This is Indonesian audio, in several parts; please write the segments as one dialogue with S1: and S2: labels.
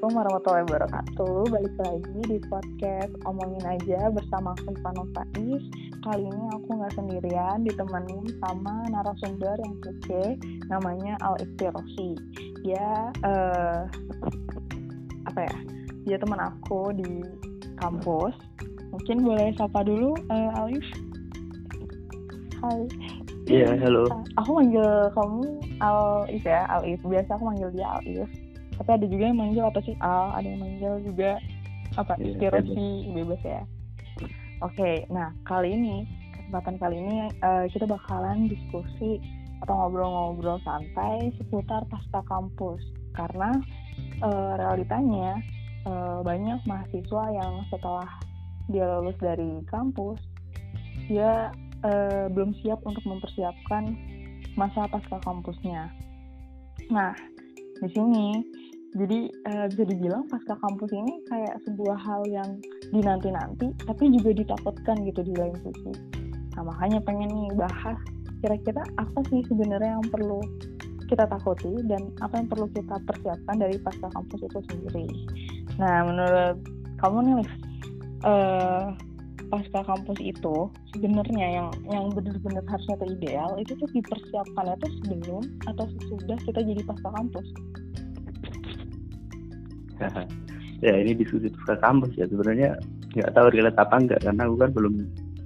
S1: Assalamualaikum warahmatullahi wabarakatuh. Balik lagi di podcast Omongin Aja bersama aku Fano Faiz. Kali ini aku nggak sendirian, ditemenin sama narasumber yang kece, namanya Al-Ikhtirosi. Dia Dia teman aku di kampus. Mungkin boleh sapa dulu, Alif. Hai.
S2: Iya, halo.
S1: Aku manggil kamu Alif ya, Alif. Biasa aku manggil dia Alif. Tapi ada juga yang manggil apa sih Al, ada yang manggil juga Ikhtirosi, bebas ya. Oke, nah kesempatan kali ini kita bakalan diskusi atau ngobrol-ngobrol santai seputar pasca kampus. Karena realitanya banyak mahasiswa yang setelah dia lulus dari kampus, dia belum siap untuk mempersiapkan masa pasca kampusnya. Nah, di sini jadi bisa dibilang pasca kampus ini kayak sebuah hal yang dinanti-nanti, tapi juga ditakutkan gitu di lain sisi. Nah, makanya pengen nih bahas kira-kira apa sih sebenarnya yang perlu kita takuti dan apa yang perlu kita persiapkan dari pasca kampus itu sendiri. Nah, menurut kamu nih, pasca kampus itu sebenarnya yang benar-benar harusnya ideal itu tuh dipersiapkannya tuh sebelum atau sesudah kita jadi pasca kampus?
S2: Ya, ini diskusi pasca kampus ya, sebenarnya nggak tahu relate apa enggak, karena aku kan belum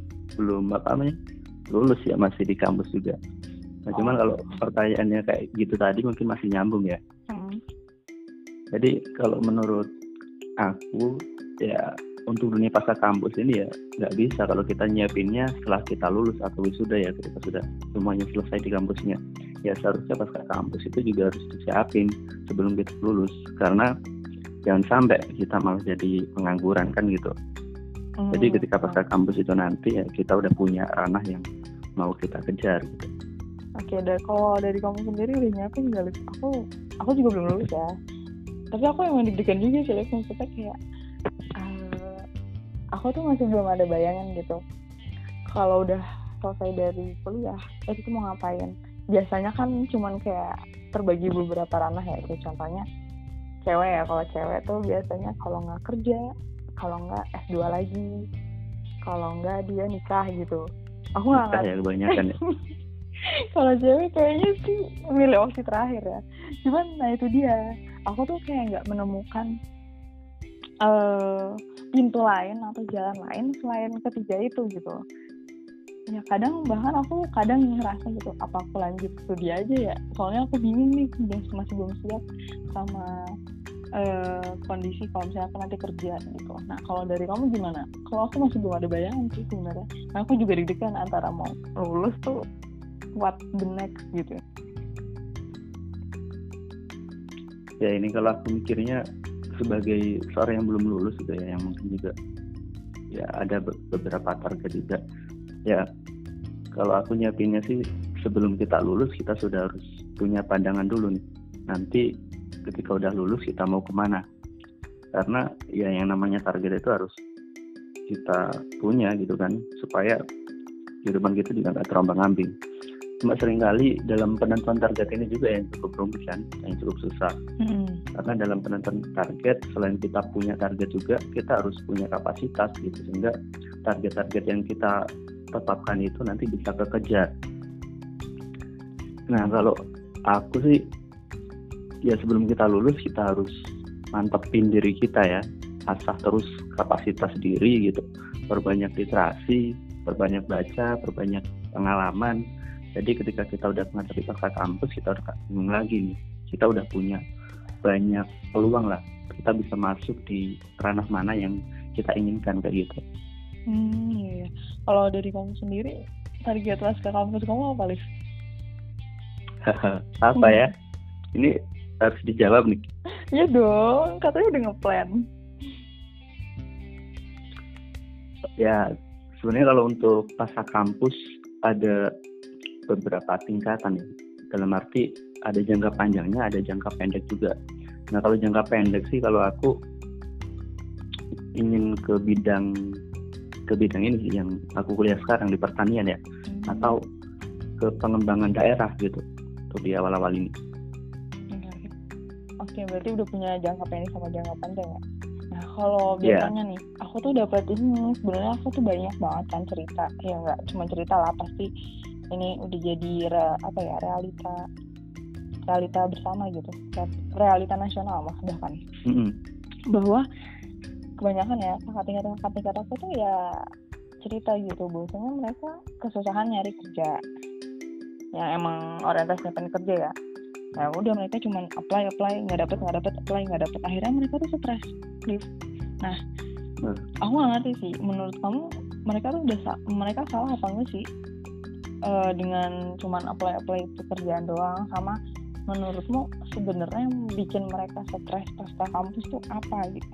S2: lulus ya, masih di kampus juga. Nah, cuman kalau pertanyaannya kayak gitu tadi mungkin masih nyambung ya. Jadi kalau menurut aku ya, untuk dunia pasca kampus ini ya nggak bisa kalau kita nyiapinnya setelah kita lulus atau wisuda ya, ketika sudah semuanya selesai di kampusnya. Ya seharusnya pasca kampus itu juga harus disiapin sebelum kita lulus, karena jangan sampai kita malah jadi pengangguran kan gitu. Jadi ketika pasca kampus itu nanti ya kita udah punya ranah yang mau kita kejar gitu.
S1: Oke, kalau dari kamu sendiri udah nyiapin nggak? Aku juga belum lulus ya. Tapi aku emang deg-degan juga sih, maksudnya kayak aku tuh masih belum ada bayangan gitu. Kalau udah selesai dari kuliah, itu mau ngapain? Biasanya kan cuman kayak terbagi beberapa ranah ya, kayak contohnya cewek ya. Kalau cewek tuh biasanya kalau nggak kerja, kalau nggak S2 lagi, kalau nggak dia nikah gitu. Aku nggak
S2: ya kebanyakan ya.
S1: Kalau cewek kayaknya sih milih opsi terakhir ya. Cuman nah itu dia, aku tuh kayak nggak menemukan pintu lain atau jalan lain selain ketiga itu gitu. Ya bahkan aku kadang ngerasa gitu, apa aku lanjut studi aja ya, soalnya aku bingung nih, masih belum siap sama kondisi kalau misalnya aku nanti kerja gitu. Nah, kalau dari kamu gimana? Kalau aku masih belum ada bayangan sih sebenarnya. Nah, aku juga deg-degan antara mau lulus tuh what the next gitu.
S2: Ya ini kalau aku mikirnya sebagai seorang yang belum lulus gitu ya, yang mungkin juga ya ada beberapa target juga. Ya kalau aku nyiapinnya sih sebelum kita lulus kita sudah harus punya pandangan dulu nih. Nanti ketika udah lulus kita mau kemana? Karena ya yang namanya target itu harus kita punya gitu kan, supaya kehidupan kita juga nggak terombang-ambing. Cuma seringkali dalam penentuan target ini juga yang cukup rumit kan, yang cukup susah. Karena dalam penentuan target, selain kita punya target juga, kita harus punya kapasitas gitu, sehingga target-target yang kita tetapkan itu nanti bisa kekejar. Nah, kalau aku sih, ya sebelum kita lulus kita harus mantepin diri kita ya, asah terus kapasitas diri gitu, perbanyak literasi, perbanyak baca, perbanyak pengalaman. Jadi ketika kita udah menghadapi pasca kampus, kita udah gak bingung lagi nih. Kita udah punya banyak peluang lah. Kita bisa masuk di ranah mana yang kita inginkan kayak gitu.
S1: Iya. Kalau dari kamu sendiri, target pasca kampus kamu apa, Liv?
S2: Apa ya? Ini harus dijawab nih.
S1: Iya dong, katanya udah ngeplan.
S2: Ya, sebenarnya kalau untuk pasca kampus ada beberapa tingkatan ya. Dalam arti ada jangka panjangnya, ada jangka pendek juga. Nah, kalau jangka pendek sih kalau aku ingin ke bidang ini sih yang aku kuliah sekarang di pertanian ya, atau ke pengembangan daerah gitu untuk di awal-awal ini.
S1: Oke, berarti udah punya jangka pendek sama jangka panjang ya. Nah, kalau biasanya nih, aku tuh dapat ini, sebenarnya aku tuh banyak banget kan cerita. Ya nggak cuma cerita lah, pasti ini udah jadi realita bersama gitu. Realita nasional mah bahkan. Bahwa kebanyakan ya kakak tingkat aku tuh ya cerita gitu, bahwasanya mereka kesusahan nyari kerja. Yang emang orientasinya pengen kerja ya. Nah udah mereka cuman apply nggak dapet akhirnya mereka tuh stres. Nah aku nggak ngerti sih, menurut kamu mereka tuh mereka salah apa enggak sih dengan cuman apply pekerjaan doang, sama menurutmu sebenarnya yang bikin mereka stres pasca kampus tuh apa gitu?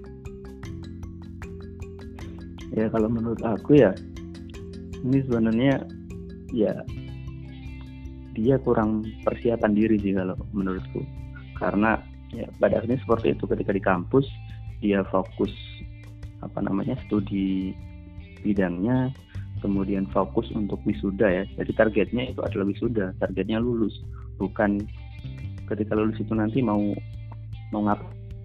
S2: Ya kalau menurut aku ya ini sebenarnya ya dia kurang persiapan diri sih kalau menurutku, karena ya pada akhirnya seperti itu, ketika di kampus dia fokus studi bidangnya, kemudian fokus untuk wisuda ya, jadi targetnya itu adalah wisuda, targetnya lulus, bukan ketika lulus itu nanti mau ngapa.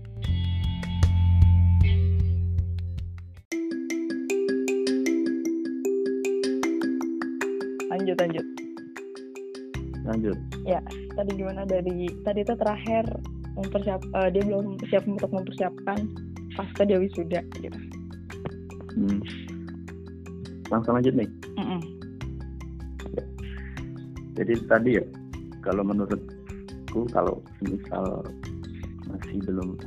S2: Lanjut.
S1: Ya, tadi gimana tadi itu terakhir dia belum siap untuk mempersiapkan pasca dia wisuda gitu.
S2: Langsung lanjut nih. Ya. Jadi tadi ya, kalau menurutku kalau misal masih belum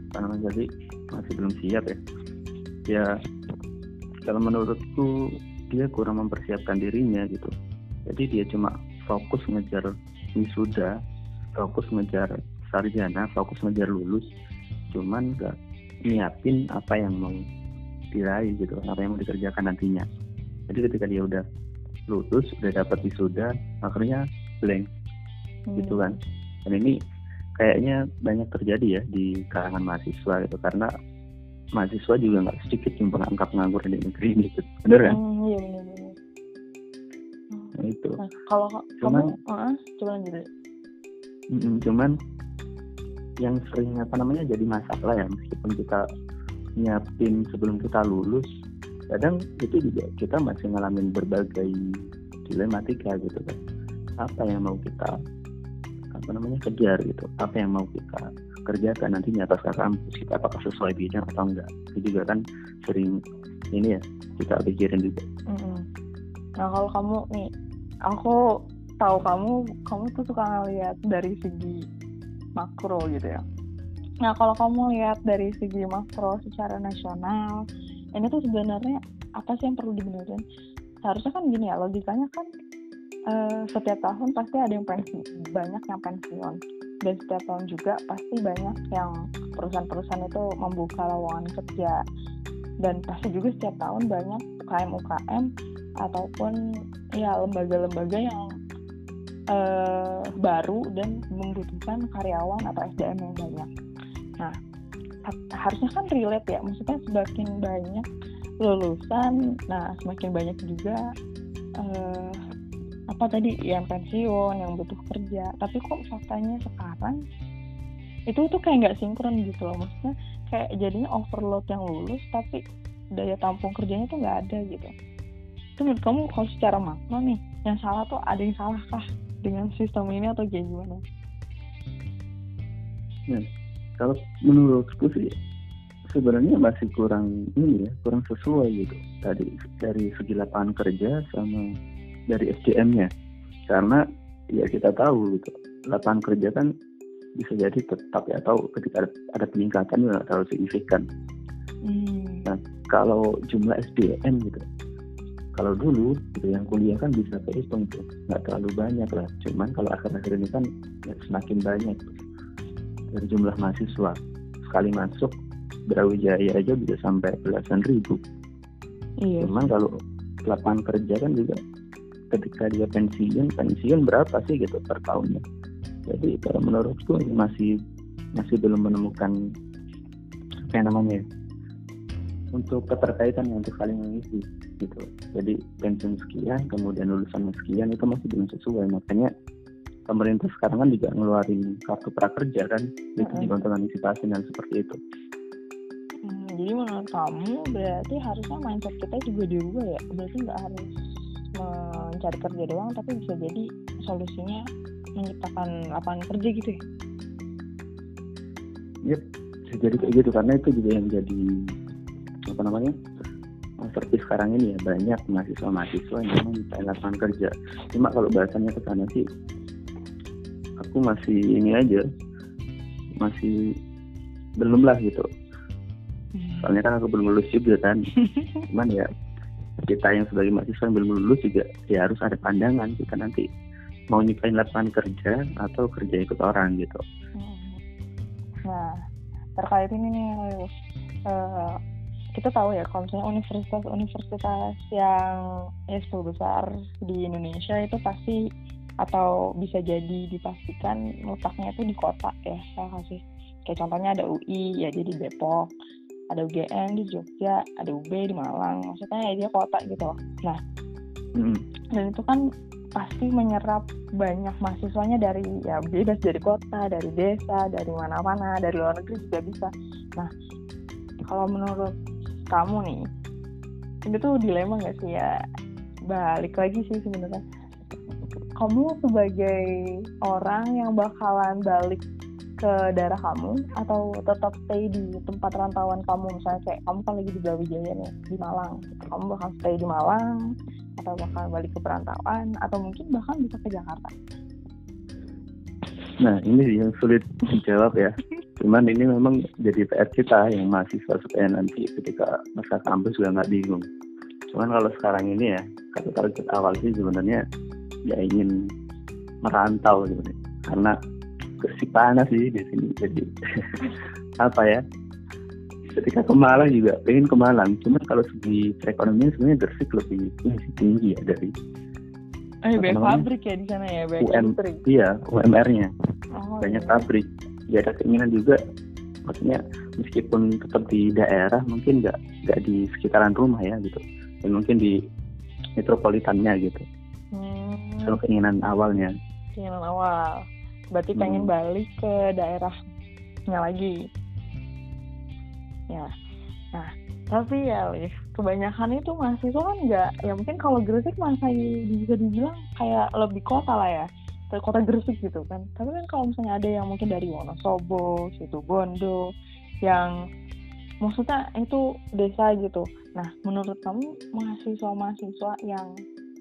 S2: siap ya kalau menurutku dia kurang mempersiapkan dirinya gitu. Jadi dia cuma fokus ngejar wisuda, fokus ngejar sarjana, fokus ngejar lulus, cuman gak nyiapin apa yang mau diraih gitu, apa yang mau dikerjakan nantinya. Jadi ketika dia udah lulus, udah dapat wisuda, akhirnya blank gitu kan. Dan ini kayaknya banyak terjadi ya di kalangan mahasiswa gitu, karena mahasiswa juga nggak sedikit yang menganggap nganggur di negeri ini gitu. Bener kan?
S1: Iya benar.
S2: Nah, itu.
S1: Nah, kalau kamu coba lanjut.
S2: Cuman yang sering jadi masalah ya, meskipun kita nyiapin sebelum kita lulus, kadang itu juga kita masih ngalamin berbagai dilematika gitu kan. Apa yang mau kita kejar gitu, apa yang mau kita kerjakan nantinya pasca kampus, kita apakah sesuai bidang atau enggak, itu juga kan sering ini ya kita pikirin juga.
S1: Nah kalau kamu nih, aku tahu kamu tuh suka ngeliat dari segi makro gitu ya. Nah kalau kamu lihat dari segi makro secara nasional, ini tuh sebenarnya apa sih yang perlu dibenerin? Seharusnya kan gini ya, logikanya kan setiap tahun pasti ada yang banyak yang pensiun, dan setiap tahun juga pasti banyak yang perusahaan-perusahaan itu membuka lowongan kerja, dan pasti juga setiap tahun banyak UKM ataupun ya lembaga-lembaga yang baru dan membutuhkan karyawan atau SDM yang banyak. Nah, harusnya kan relate ya, maksudnya semakin banyak lulusan, nah semakin banyak juga yang pensiun, yang butuh kerja. Tapi kok faktanya sekarang itu tuh kayak nggak sinkron gitu loh, maksudnya kayak jadinya overload yang lulus tapi daya tampung kerjanya tuh nggak ada gitu. Itu menurut kamu kalau secara makro nih, yang salah tuh ada yang salah kah dengan sistem ini atau kayak gimana?
S2: Nah, kalau menurutku sih sebenarnya masih kurang sesuai gitu tadi dari segi lapangan kerja sama dari SDM-nya, karena ya kita tahu gitu lapangan kerja kan bisa jadi tetap ya, atau ketika ada peningkatan nggak terlalu signifikan. Nah kalau jumlah SDM gitu, kalau dulu gitu yang kuliah kan bisa kehitung tuh nggak terlalu banyak lah, cuman kalau akhir-akhir ini kan ya semakin banyak dari jumlah mahasiswa. Sekali masuk Brawijaya aja bisa sampai belasan ribu. Iya. Cuman kalau lapangan kerja kan juga ketika dia pensiun berapa sih gitu per tahunnya. Jadi kalau menurutku masih belum menemukan untuk keterkaitan untuk saling mengisi gitu. Jadi pensiun sekian kemudian lulusan sekian itu masih belum sesuai, makanya pemerintah sekarang kan juga ngeluarin kartu prakerja kan, itu juga untuk antisipasi dan seperti itu.
S1: Jadi menurut kamu berarti harusnya mindset kita juga dirubah ya, berarti nggak harus mencari kerja doang, tapi bisa jadi solusinya menciptakan lapangan kerja gitu ya?
S2: Yep, bisa jadi kayak gitu, karena itu juga yang jadi seperti sekarang ini ya, banyak mahasiswa yang memang mencari lapangan kerja. Cuma kalau bahasannya ke sana sih, aku masih belum lah gitu. Soalnya kan aku belum lulus juga kan. Cuman ya kita yang sebagai mahasiswa yang belum lulus juga ya harus ada pandangan kita nanti mau nyiptain lapangan kerja atau kerja ikut orang gitu.
S1: Nah, terkait ini nih, kita tahu ya kalau misalnya universitas yang 10 besar di Indonesia itu pasti atau bisa jadi dipastikan letaknya itu di kota ya, saya kasih kayak contohnya ada UI ya, jadi Depok, ada UGM di Jogja, ada UB di Malang, maksudnya ya dia kota gitu loh. Nah, dan itu kan pasti menyerap banyak mahasiswanya dari ya bebas dari kota, dari desa, dari mana-mana, dari luar negeri juga bisa. Nah, kalau menurut kamu nih, itu tuh dilema nggak sih ya? Balik lagi sih sebenarnya, kamu sebagai orang yang bakalan balik ke daerah kamu atau tetap stay di tempat rantauan kamu, misalnya kayak kamu kan lagi di Brawijaya nih di Malang, kamu bakal stay di Malang atau bakal balik ke perantauan atau mungkin bahkan bisa ke Jakarta?
S2: Nah ini yang sulit dijawab ya. Cuman ini memang jadi PR kita yang mahasiswa supaya nanti ketika masa kampus juga nggak bingung. Cuman kalau sekarang ini ya, kata target awal sih sebenarnya ya ingin merantau gitu, karena Gresik panas sih di sini. Jadi apa ya? Ketika ke Malang juga pengen ke Malang. Cuman kalau segi perekonomian sebenarnya Gresik lebih tinggi ya dari.
S1: Banyak pabrik ya di sana ya, banyak industri.
S2: Iya, UMR-nya banyak pabrik. Ya ada keinginan juga, maksudnya meskipun tetap di daerah, mungkin nggak di sekitaran rumah ya gitu, dan mungkin di metropolitannya gitu. Kalau keinginan awalnya.
S1: Keinginan awal, berarti pengen balik ke daerahnya lagi. Ya, nah tapi ya Liv, kebanyakan itu mahasiswa kan nggak, ya mungkin kalau Gresik masih bisa dibilang kayak lebih kota lah ya, kota Gresik gitu kan. Tapi kan kalau misalnya ada yang mungkin dari Wonosobo, Situbondo, yang maksudnya itu desa gitu. Nah, menurut kamu mahasiswa yang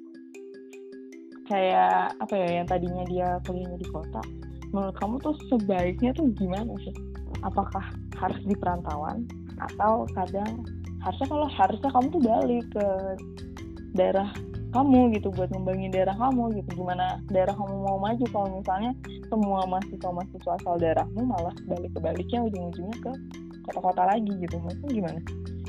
S1: kayak apa ya, yang tadinya dia kuliahnya di kota, menurut kamu tuh sebaiknya tuh gimana sih? Apakah harus di perantauan atau kadang harusnya kamu tuh balik ke daerah kamu gitu buat ngembangin daerah kamu gitu? Gimana daerah kamu mau maju kalau misalnya semua mahasiswa asal daerahmu malah baliknya ujung-ujungnya ke kota-kota lagi gitu? Mungkin gimana?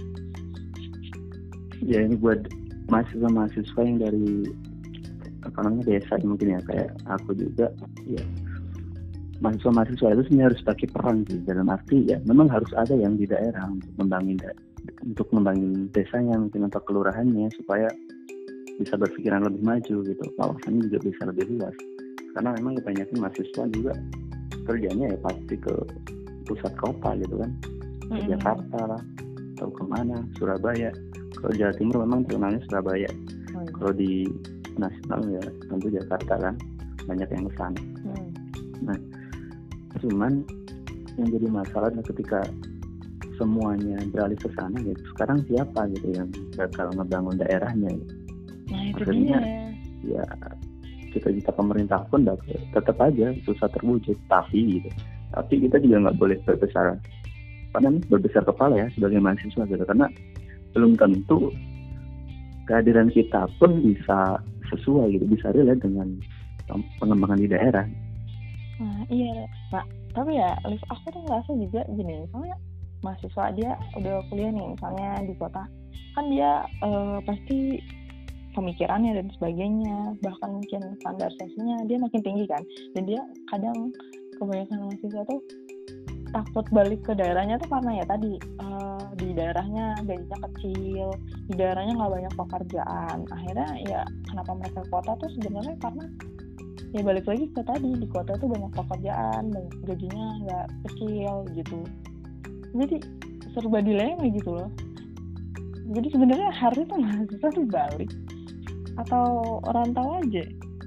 S2: Ya ini buat mahasiswa yang dari desa mungkin ya, kayak aku juga ya, mahasiswa itu sebenarnya harus pakai peran sih, dalam arti ya memang harus ada yang di daerah untuk membangun desanya mungkin atau kelurahannya supaya bisa berpikiran lebih maju gitu, kawasannya juga bisa lebih luas. Karena memang kebanyakan mahasiswa juga kerjanya ya pasti ke pusat kota gitu kan, ke Jakarta lah atau kemana, Surabaya. Kalau Jawa Timur memang terkenalnya Surabaya. Kalau di nasional ya tentu Jakarta kan, banyak yang kesana. Nah, cuman yang jadi masalah ketika semuanya beralih ke sana gitu, sekarang siapa gitu yang bakal ngebangun daerahnya gitu.
S1: Nah itu dia
S2: ya, cita-cita pemerintah pun tetap aja susah terwujud. Tapi kita juga nggak boleh berbesar kepala ya sebagai mahasiswa gitu, karena belum tentu kehadiran kita pun bisa sesuai gitu, bisa relate dengan pengembangan di daerah.
S1: Nah iya Pak, tapi ya Liv, aku tuh ngerasa juga gini, misalnya mahasiswa dia udah kuliah nih misalnya di kota, kan dia pasti pemikirannya dan sebagainya, bahkan mungkin standarisasinya dia makin tinggi kan, dan dia kadang kebanyakan mahasiswa tuh takut balik ke daerahnya tuh karena ya tadi di daerahnya gajinya kecil, di daerahnya nggak banyak pekerjaan. Akhirnya ya kenapa mereka ke kota tuh sebenarnya karena ya balik lagi ke tadi, di kota tuh banyak pekerjaan, gajinya nggak kecil gitu, jadi serba dilema gitu loh. Jadi sebenarnya harusnya tuh mahasiswa tuh balik atau rantau aja.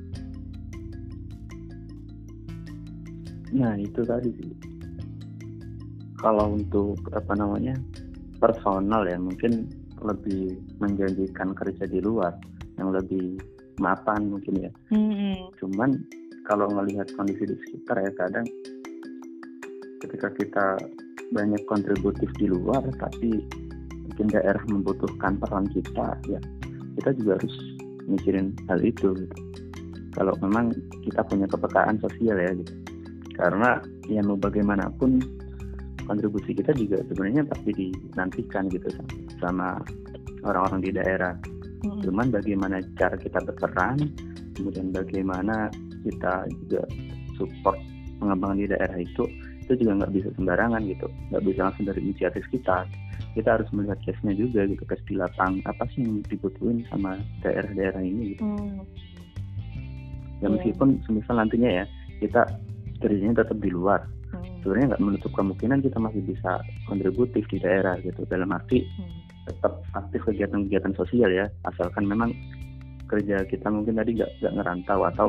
S2: Nah itu tadi sih, kalau untuk personal ya mungkin lebih menjanjikan kerja di luar yang lebih mapan mungkin ya. Cuman kalau ngelihat kondisi di sekitar ya, kadang ketika kita banyak kontributif di luar tapi mungkin daerah membutuhkan peran kita, ya kita juga harus mikirin hal itu gitu. Kalau memang kita punya kepekaan sosial ya gitu, karena ya mau bagaimanapun kontribusi kita juga sebenarnya pasti dinantikan gitu sama orang-orang di daerah. Cuman bagaimana cara kita berperan, kemudian bagaimana kita juga support pengembangan di daerah itu juga nggak bisa sembarangan gitu, nggak bisa langsung dari inisiatif kita. Kita harus melihat case-nya juga gitu, case di lapang apa sih yang dibutuhin sama daerah-daerah ini gitu. Ya meskipun semisal nantinya ya kita kerjanya tetap di luar, sebenarnya nggak menutup kemungkinan kita masih bisa kontributif di daerah gitu, dalam arti tetap aktif kegiatan-kegiatan sosial ya, asalkan memang kerja kita mungkin tadi nggak ngerantau atau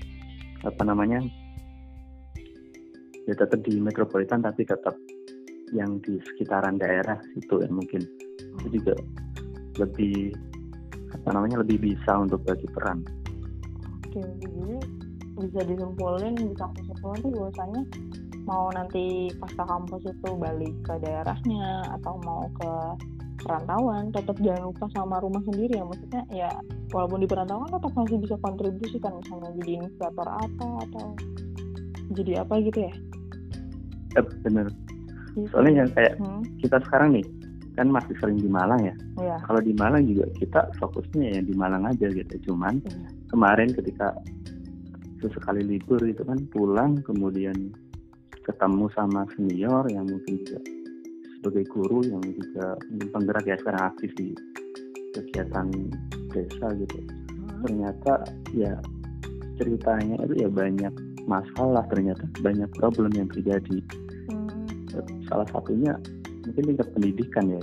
S2: ya tetap di metropolitan tapi tetap yang di sekitaran daerah itu ya, mungkin itu juga lebih lebih bisa untuk bagi peran.
S1: Oke, jadi bisa disimpulin, bisa kesimpulan tuh bahwasanya mau nanti pasca kampus itu balik ke daerahnya atau mau ke perantauan, tetap jangan lupa sama rumah sendiri ya. Maksudnya ya walaupun di perantauan tetap masih bisa kontribusi kan, misalnya jadi inisiator apa atau jadi apa gitu ya.
S2: Bener. Soalnya yang kayak kita sekarang nih kan masih sering di Malang ya. Kalau di Malang juga kita fokusnya ya di Malang aja gitu. Cuman kemarin ketika sesekali libur itu kan pulang, kemudian ketemu sama senior yang mungkin juga sebagai guru yang juga penggerak ya sekarang aktif di kegiatan desa gitu. Ternyata ya ceritanya itu ya banyak masalah, ternyata banyak problem yang terjadi. Salah satunya mungkin tingkat pendidikan ya.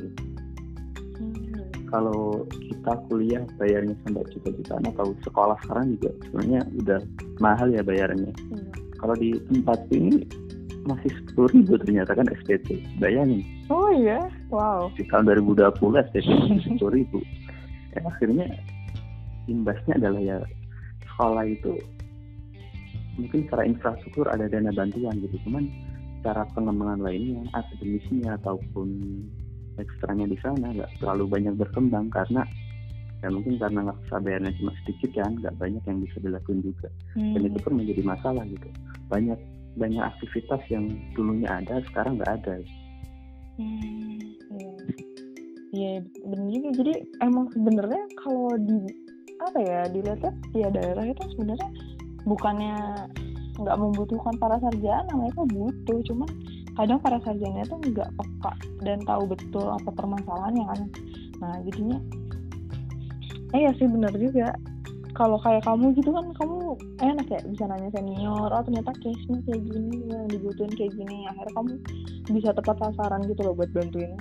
S2: Kalau kita kuliah bayarnya sampai juta-jutaan, atau sekolah sekarang juga sebenarnya udah mahal ya bayarnya. Kalau di tempat ini masih 10.000 ternyata kan SPP, bayangin.
S1: Oh iya, wow.
S2: Di tahun 2020 SPP masih 10.000. Akhirnya imbasnya adalah ya sekolah itu mungkin secara infrastruktur ada dana bantuan gitu, cuman cara pengembangan lainnya, akademisnya ataupun ekstranya di sana nggak terlalu banyak berkembang, karena ya mungkin karena nggak bisa bayarnya cuma sedikit kan, nggak banyak yang bisa dilakukan juga. Dan itu pun menjadi masalah gitu, banyak aktivitas yang dulunya ada sekarang nggak ada.
S1: Iya benar juga. Jadi emang sebenarnya kalau dilihat ya daerah itu sebenarnya bukannya nggak membutuhkan para sarjana, mereka butuh, cuman kadang para sarjana itu nggak peka dan tahu betul apa permasalahannya kan. Nah jadinya iya sih benar juga. Kalau kayak kamu gitu kan, kamu enak ya bisa nanya senior, oh ternyata case-nya kayak gini, yang dibutuhin kayak gini, akhirnya kamu bisa tepat sasaran gitu loh buat bantuinnya.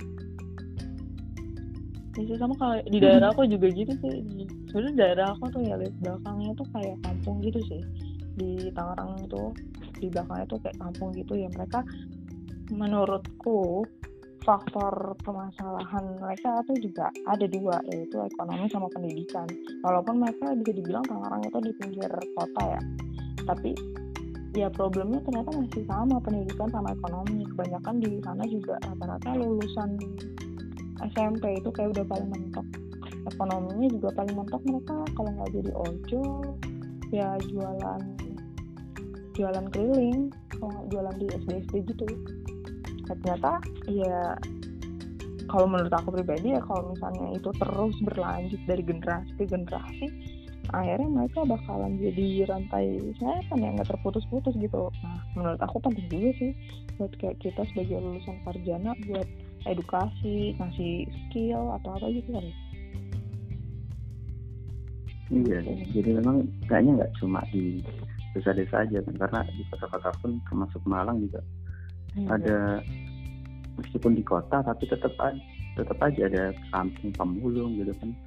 S1: Bisa sama kalau di daerah aku juga gitu sih. Sebenarnya daerah aku tuh ya lihat belakangnya tuh kayak kampung gitu sih. Di Tangerang itu di belakangnya tuh kayak kampung gitu ya. Mereka menurutku faktor permasalahan mereka tuh juga ada dua, yaitu ekonomi sama pendidikan. Walaupun mereka bisa dibilang Tangerang itu di pinggir kota ya, tapi ya problemnya ternyata masih sama, pendidikan sama ekonomi. Kebanyakan di sana juga rata-rata lulusan SMP itu kayak udah paling mentok. Ekonominya juga paling mentok mereka, kalau nggak jadi ojol ya jualan keliling, kalau nggak jualan di SD gitu. Ternyata ya kalau menurut aku pribadi ya, kalau misalnya itu terus berlanjut dari generasi ke generasi, akhirnya mereka bakalan jadi rantai setan yang nggak terputus-putus gitu. Nah menurut aku penting juga sih buat kayak kita sebagai lulusan sarjana buat edukasi, ngasih skill atau apa gitu kan.
S2: Iya, jadi memang kayaknya nggak cuma di desa-desa aja kan, karena di kota-kota pun termasuk Malang juga ada, meskipun di kota tapi tetap aja ada kampung pemulung gitu kan.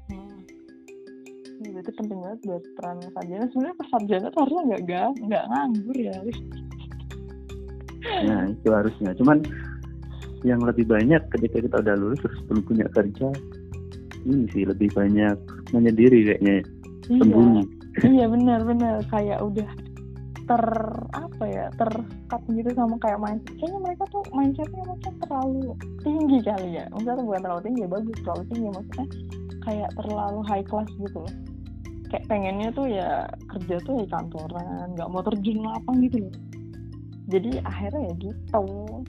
S1: Itu penting banget buat peran sarjana. Sebenarnya pas sarjana tuh harusnya nggak nganggur ya.
S2: Nah itu harusnya, cuman yang lebih banyak ketika kita udah lulus terus belum punya kerja, ini sih lebih banyak menyendiri kayaknya, sembunyi.
S1: Iya benar kayak udah terkat gitu sama kayak mindset. Kayaknya mereka tuh mindsetnya mungkin terlalu tinggi kali ya. Maksudnya bukan terlalu tinggi ya, bagus, terlalu tinggi maksudnya kayak terlalu high class gitu loh. Kayak pengennya tuh ya kerja tuh di kantoran, nggak mau terjun lapang gitu loh. Jadi akhirnya ya gitu.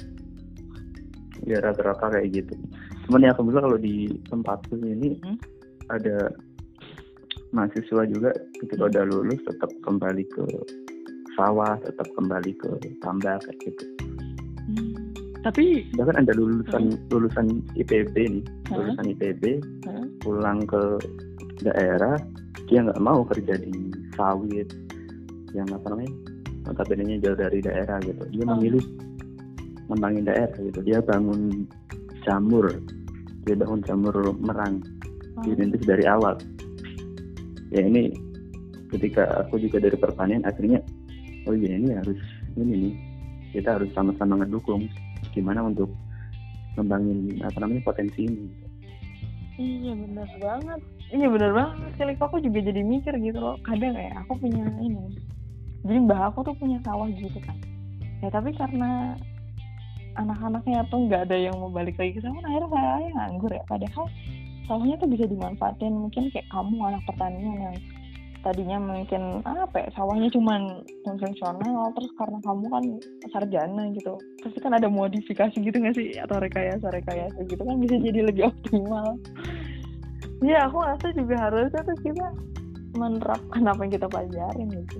S2: Ya rata-rata kayak gitu. Cuman ya alhamdulillah kalau di tempatku ini ada mahasiswa juga ketika udah lulus tetap kembali ke sawah, tetap kembali ke tambak kayak gitu.
S1: Tapi
S2: bahkan ada lulusan IPB nih, lulusan IPB pulang ke daerah, dia nggak mau kerja di sawit yang notabene jauh dari daerah gitu. Dia memilih ngembangin daerah gitu. Dia bangun jamur merang, dirintis dari awal. Ya ini ketika aku juga dari pertanian, akhirnya oh iya ini kita harus sama-sama ngedukung gimana untuk ngembangin potensi ini.
S1: Iya benar banget. Kali aku juga jadi mikir gitu loh. Kadang ya aku punya ini. Jadi mbah aku tuh punya sawah gitu kan. Ya tapi karena anak-anaknya tuh nggak ada yang mau balik lagi ke sawah, akhirnya saya nganggur ya. Padahal sawahnya tuh bisa dimanfaatin, mungkin kayak kamu anak pertanian yang tadinya mungkin sawahnya cuman konvensional, terus karena kamu kan sarjana gitu, pasti kan ada modifikasi gitu nggak sih, atau rekayasa gitu kan bisa jadi lebih optimal. Ya aku rasa juga harusnya tuh kita menerapkan apa yang kita pelajarin gitu.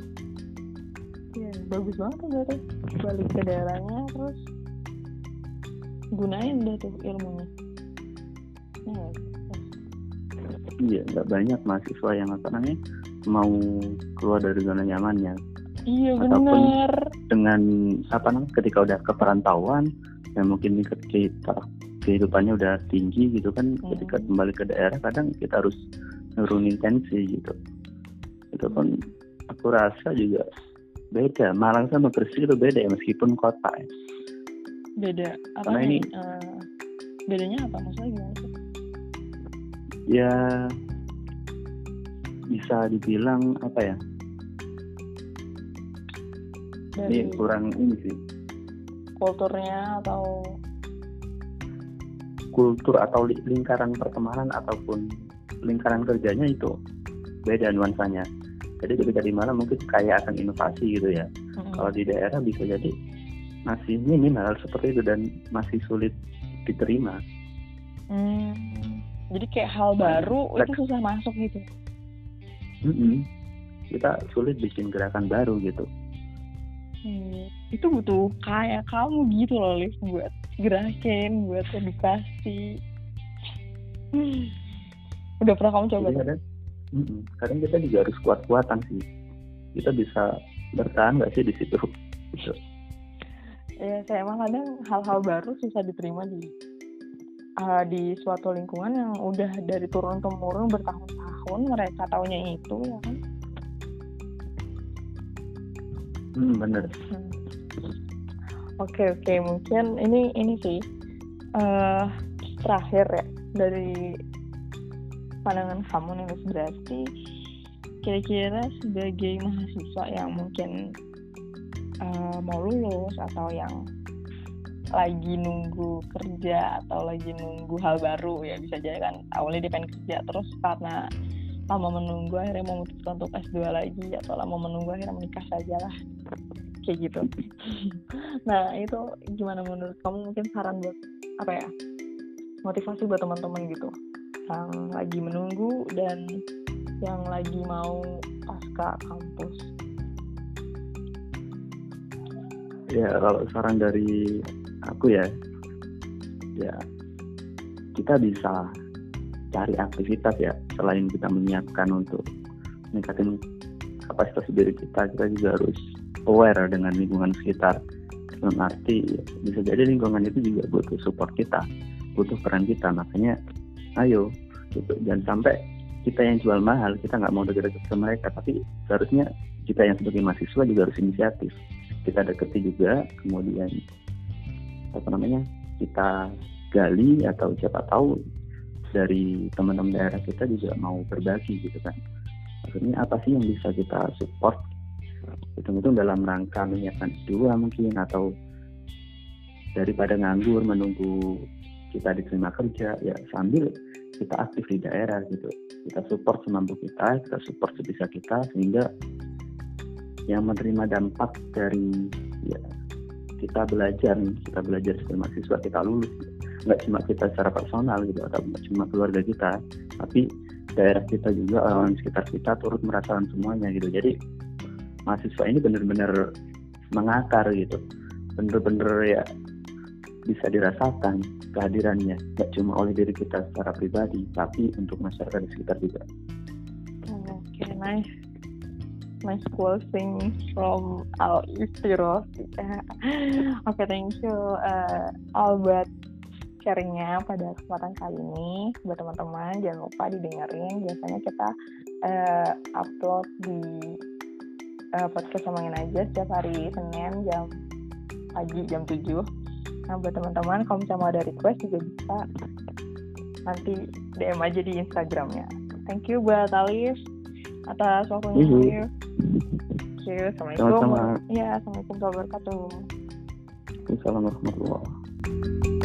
S1: Ya bagus banget tuh berarti balik ke daerahnya terus gunain deh tuh ilmunya.
S2: Iya, nggak banyak mahasiswa yang mau keluar dari zona nyamannya.
S1: Iya benar.
S2: Dengan ketika udah keperantauan, yang mungkin kehidupannya udah tinggi gitu kan, ketika kembali ke daerah kadang kita harus nurunin tensi gitu. Itu pun aku rasa juga beda. Malang sama Gresik itu beda ya, meskipun kota ya.
S1: Beda.
S2: Karena ini
S1: bedanya apa maksudnya gimana sih?
S2: Ya bisa dibilang ini kurang ini sih,
S1: kulturnya atau
S2: lingkaran pertemanan ataupun lingkaran kerjanya itu beda nuansanya. Jadi ketika di Malang mungkin kaya akan inovasi gitu ya. Kalau di daerah bisa jadi masih minimal seperti itu dan masih sulit diterima.
S1: Jadi kayak hal baru itu susah masuk gitu.
S2: Kita sulit bikin gerakan baru gitu.
S1: Itu butuh kayak kamu gitu loh, Liv, buat gerakin, buat edukasi. Udah pernah kamu coba?
S2: Kadang kita juga harus kuat-kuatan sih. Kita bisa bertahan nggak sih di situ? Gitu.
S1: Ya, saya emang kadang hal-hal baru susah diterima di suatu lingkungan yang udah dari turun temurun bertahun-tahun mereka taunya itu ya kan.
S2: Bener.
S1: Oke, mungkin ini sih terakhir ya dari pandangan kamu nih, berarti kira-kira sebagai mahasiswa yang mungkin mau lulus atau yang lagi nunggu kerja atau lagi nunggu hal baru, ya bisa jadi kan awalnya dia pengen kerja terus karena lama menunggu akhirnya memutuskan untuk S2 lagi, atau lama menunggu akhirnya menikah saja lah kayak gitu. Nah itu gimana menurut kamu, mungkin saran buat motivasi buat teman-teman gitu yang lagi menunggu dan yang lagi mau pasca kampus?
S2: Ya kalau saran dari aku ya kita bisa cari aktivitas ya, selain kita menyiapkan untuk meningkatin kapasitas diri kita juga harus aware dengan lingkungan sekitar. Dalam arti bisa jadi lingkungan itu juga butuh support kita, butuh peran kita. Makanya ayo gitu. Jangan sampai kita yang jual mahal, kita nggak mau deket-deket ke mereka, tapi seharusnya kita yang sebagai mahasiswa juga harus inisiatif. Kita deketi juga, kemudian kita gali, atau siapa tahu dari teman-teman daerah kita juga mau berbagi gitu kan. Maksudnya apa sih yang bisa kita support? Hitung-hitung dalam rangka menyiapkan S2 mungkin, atau daripada nganggur menunggu kita diterima kerja, ya sambil kita aktif di daerah gitu. Kita support semampu kita support sebisa kita, sehingga yang menerima dampak dari ya kita belajar sebagai mahasiswa, kita lulus, nggak cuma kita secara personal gitu, atau nggak cuma keluarga kita, tapi daerah kita juga, orang sekitar kita turut merasakan semuanya gitu. Jadi mahasiswa ini benar-benar mengakar gitu, benar-benar ya bisa dirasakan kehadirannya, nggak cuma oleh diri kita secara pribadi, tapi untuk masyarakat di sekitar juga.
S1: Okay, nice closing from Alif Firoz. Oke, thank you Al buat sharingnya pada kesempatan kali ini. Buat teman-teman jangan lupa didengerin. Biasanya kita upload di podcast Ngomongin Aja setiap hari Senin pagi jam 7. Nah, buat teman-teman kalau misalnya mau ada request juga bisa nanti DM aja di Instagramnya. Thank you buat Alif atas waktunya. Thank you. Assalamualaikum.
S2: Sama-sama.
S1: Ya, assalamualaikum warahmatullahi wabarakatuh.
S2: Assalamualaikum warahmatullahi wabarakatuh.